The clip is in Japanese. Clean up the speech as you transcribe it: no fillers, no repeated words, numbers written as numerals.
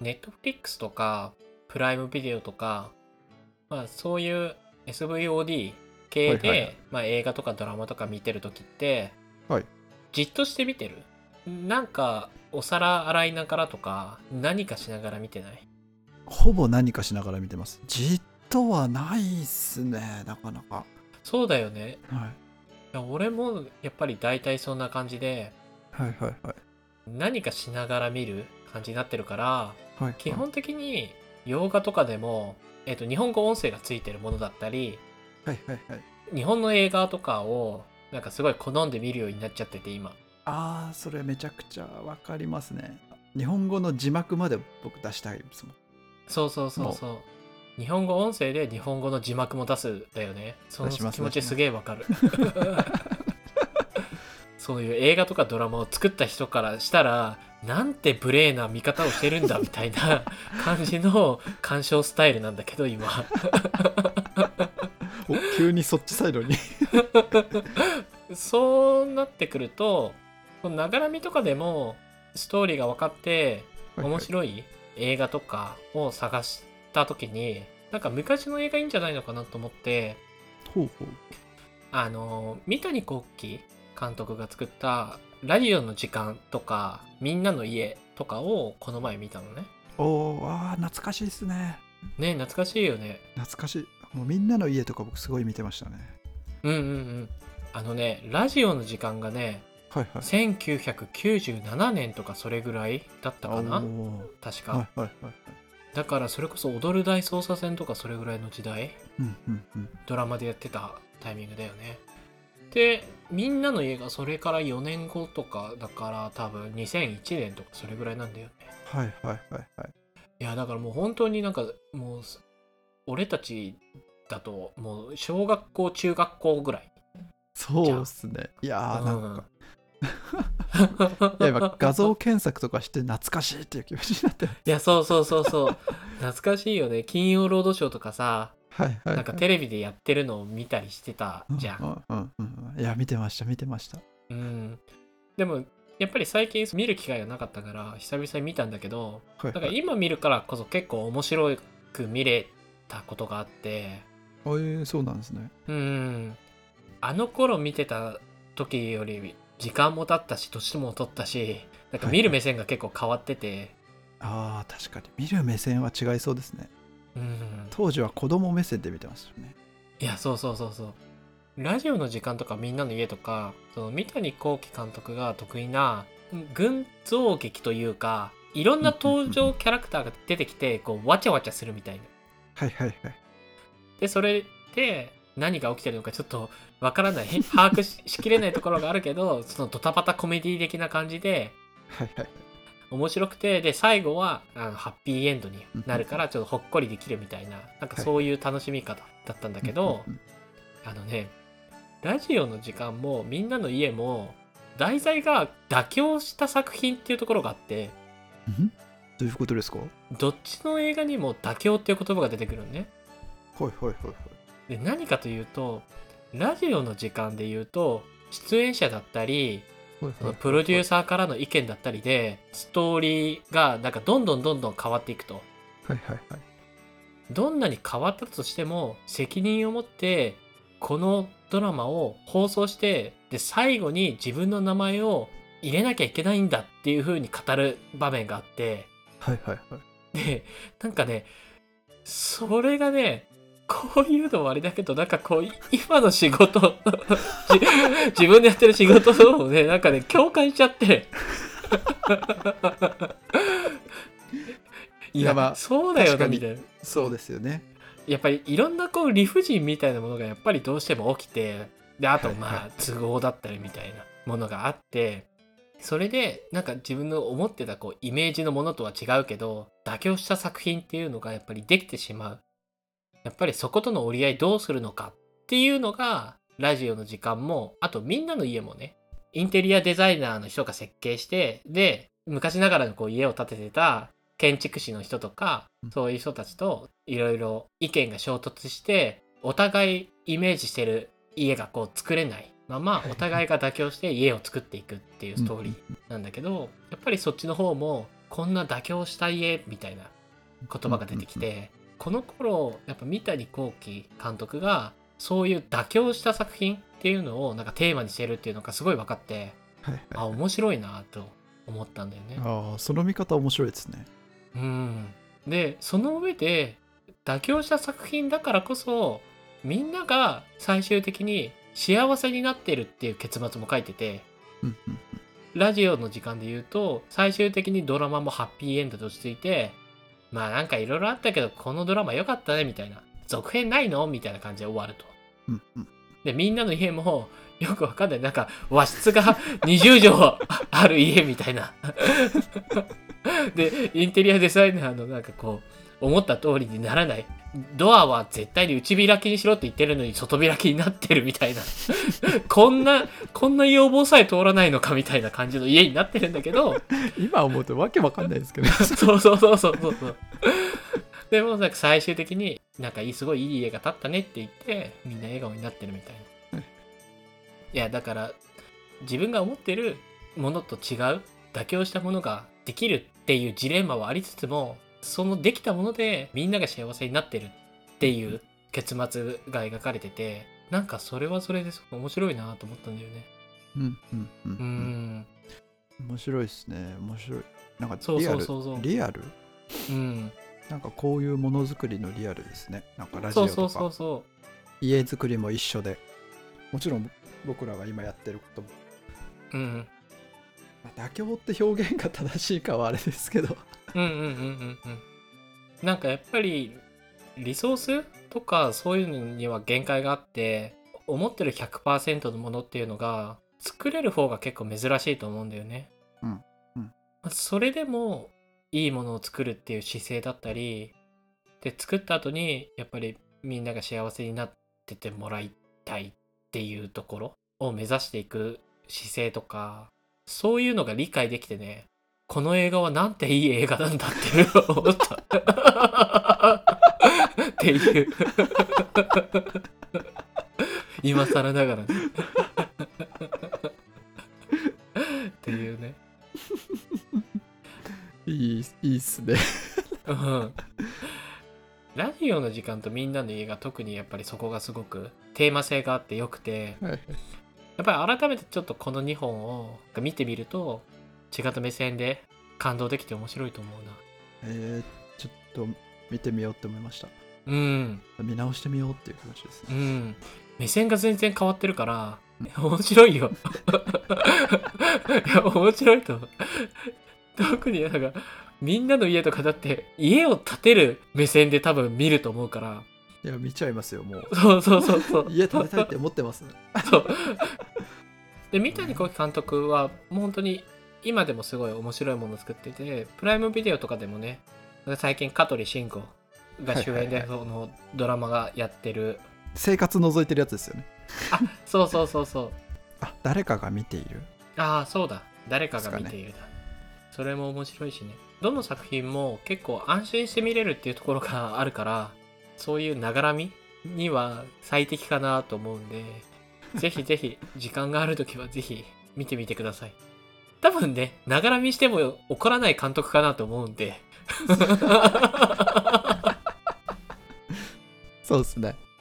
ネットフリックスとかプライムビデオとか、そういう SVOD 系で、 はいはいはい。 映画とかドラマとか見てるときって、 はい。 じっとして見てる？なんかお皿洗いながらとか何かしながら見てない？ ほぼ何かしながら見てます。じっとはないっすね、なかなか。 そうだよね。 はい。 いや俺もやっぱり大体そんな感じで、 はいはいはい。 何かしながら見る感じになってるから、 はいはい。 基本的に洋画とかでも、日本語音声がついてるものだったり、 はいはいはい。 日本の映画とかをなんかすごい好んで見るようになっちゃってて今。 ああ、それめちゃくちゃわかりますね。日本語の字幕まで僕出したいですもん。 そうそうそうもそう。日本語音声で日本語の字幕も出すだよね。その出します気持ちす出します。 げえわかる。そういう映画とかドラマを作った人からしたら、なんて無礼な見方をしてるんだみたいな感じの鑑賞スタイルなんだけど今。 お、急にそっちサイドに。 そうなってくると、ながらみとかでもストーリーが分かってはいはい。 面白い映画とかを探した時に、なんか昔の映画いいんじゃないのかなと思って、 ほうほう。 三谷幸喜監督が作ったラジオの時間とかみんなの家とかをこの前見たのね。 おー、あー懐かしいっすね。 ね、懐かしいよね。 懐かしい。もうみんなの家とか僕すごい見てましたね。 うんうんうん。ラジオの時間がね、 はいはい。 1997年とかそれぐらいだったおかな、 ー。 確か。 はいはいはいはい。 だからそれこそ踊る大捜査線とかそれぐらいの時代、 うんうんうん。 ドラマでやってたタイミングだよね。で、みんなの家がそれから4年後とかだから多分2001年とかそれぐらいなんだよね。 はいはいはいはい。 いやだからもう本当になんかもう俺たちだともう小学校中学校ぐらいじゃん。 そうっすね。いやーなんうん。 かいや今画像検索とかして懐かしいっていう気持ちになってます。 いやそうそうそうそう。懐かしいよね。金曜ロードショーとかさ、 はいはいはい。 なんかテレビでやってるのを見たりしてたうんじゃん。 うんうんうん。いや見てました見てました。 うん。でもやっぱり最近見る機会がなかったから久々に見たんだけど、 はいはい。 なんか今見るからこそ結構面白く見れたことがあって、 そうなんですね。 うん。あの頃見てた時より時間も経ったし年も取ったし、なんかはいはい。 見る目線が結構変わってて、 ああ確かに見る目線は違いそうですね。 うん。 当時は子供目線で見てましたね。 いやそうそうそうそう。ラジオの時間とかみんなの家とか、その三谷幸喜監督が得意な群像劇というか、いろんなうんうん登うんうん。 場キャラクターが出てきてこうわちゃわちゃするみたいな。 はいはいはい。 でそれで何が起きてるのかちょっとわからない把握しきれないところがあるけど、そのドタバタコメディ的な感じではいはい。 面白くて、で最後はハッピーエンドにうんうんうん。 なるからちょっとほっこりできるみたいな、なんかはい。 そういう楽しみ方だったんだうんけど、 うんうん。 あのね、ラジオの時間もみんなの家も題材が妥協した作品っていうところがあって、 うんどういうことですか？はいどっちの映画にも妥協っていう言葉が出てくるのね。 はいはいはい。 で何かというと、ラジオの時間で言うと出演者だったりはいはいそのプロデューはいサーからの意見だったりでストーリーがなんかどんどんどんどん変わっていくと。 はいはいはい。 どんなに変わったとしても責任を持ってこのドラマを放送して、で最後に自分の名前を入れなきゃいけないんだっていう風に語る場面があって、 はいはいはい。 でなんかね、それがね、こういうのもあれだけど、なんかこう今の仕事自分でやってる仕事をね、なんかね共感しちゃっていやいやまあそうだよ確かになみたいな。 そうですよね。 やっぱりいろんなこう理不尽みたいなものがやっぱりどうしても起きて、であとはいはい。 都合だったりみたいなものがあって、それでなんか自分の思ってたこうイメージのものとは違うけど妥協した作品っていうのがやっぱりできてしまう。やっぱりそことの折り合いどうするのかっていうのがラジオの時間も、あとみんなの家もね、インテリアデザイナーの人が設計して、で昔ながらのこう家を建ててた建築士の人とかそういう人たちといろいろ意見が衝突して、お互いイメージしてる家がこう作れないままお互いが妥協して家を作っていくっていうストーリーなんだけど、やっぱりそっちの方もこんな妥協した家みたいな言葉が出てきて、この頃やっぱ三谷幸喜監督がそういう妥協した作品っていうのをなんかテーマにしてるっていうのがすごい分かって、 はいはい、 あ、面白いなと思ったんだよね。 ああ、その見方面白いですね。 うん。でその上で妥協した作品だからこそみんなが最終的に幸せになってるっていう結末も書いてて、 うんうんラジオの時間で言うと最終的にドラマもハッピーエンドで落ち着いて、まあなんかいろいろあったけどこのドラマ良かったねみたいな、続編ないのみたいな感じで終わると。 うんうんでみんなの家もよくわかんない、なんか和室が20畳ある家みたいなでインテリアデザイナーのなんかこう思った通りにならない、ドアは絶対に内開きにしろって言ってるのに外開きになってるみたいなこんな要望さえ通らないのかみたいな感じの家になってるんだけど今思うとわけわかんないですけどそうでもなんか最終的になんかすごいいい家が建ったねって言ってみんな笑顔になってるみたいな。いやだから自分が思ってるものと違う妥協したものができるっていうジレンマはありつつも、そのできたものでみんなが幸せになってるっていう結末が描かれてて、なんかそれはそれですごい面白いなと思ったんだよね。 うんうんうん面白いですね。面白い。なんかリアルリアルなんかこういうものづくりのリアルですね。なんかラジオとか家づくりも一緒で、もちろん僕らが今やってることも、妥協って表現が正しいかはあれですけどなんかやっぱりリソースとかそういうのには限界があって、思ってる 100% のものっていうのが作れる方が結構珍しいと思うんだよね。それでもいいものを作るっていう姿勢だったりで、作った後にやっぱりみんなが幸せになっててもらいたいっていうところを目指していく姿勢とか、そういうのが理解できてね、この映画はなんていい映画なんだって思ったっていう今更ながらねっていうねいいっすねラジオの時間とみんなの家が特にやっぱりそこがすごくテーマ性があってよくて、やっぱり改めてちょっとこの2本を見てみると違った目線で感動できて面白いと思うな。 ちょっと見てみようって思いました。 見直してみようっていう気持ちですね。 目線が全然変わってるから面白いよいや面白いと思う。特になんかみんなの家とかだって家を建てる目線で多分見ると思うから、 いや見ちゃいますよもう。 そう家建てたいって思ってますねそうで三谷幸喜監督はもう本当に今でもすごい面白いものを作ってて、プライムビデオとかでもね、最近香取慎吾が主演でそのドラマがやってる、 生活覗いてるやつですよね。 そう誰かが見ている。 そうだ、誰かが見ているだ、それも面白いしね。どの作品も結構安心して見れるっていうところがあるから、そういうながらみには最適かなと思うんでぜひぜひ時間があるときはぜひ見てみてください。多分ね、ながらみしても怒らない監督かなと思うんでそうですね。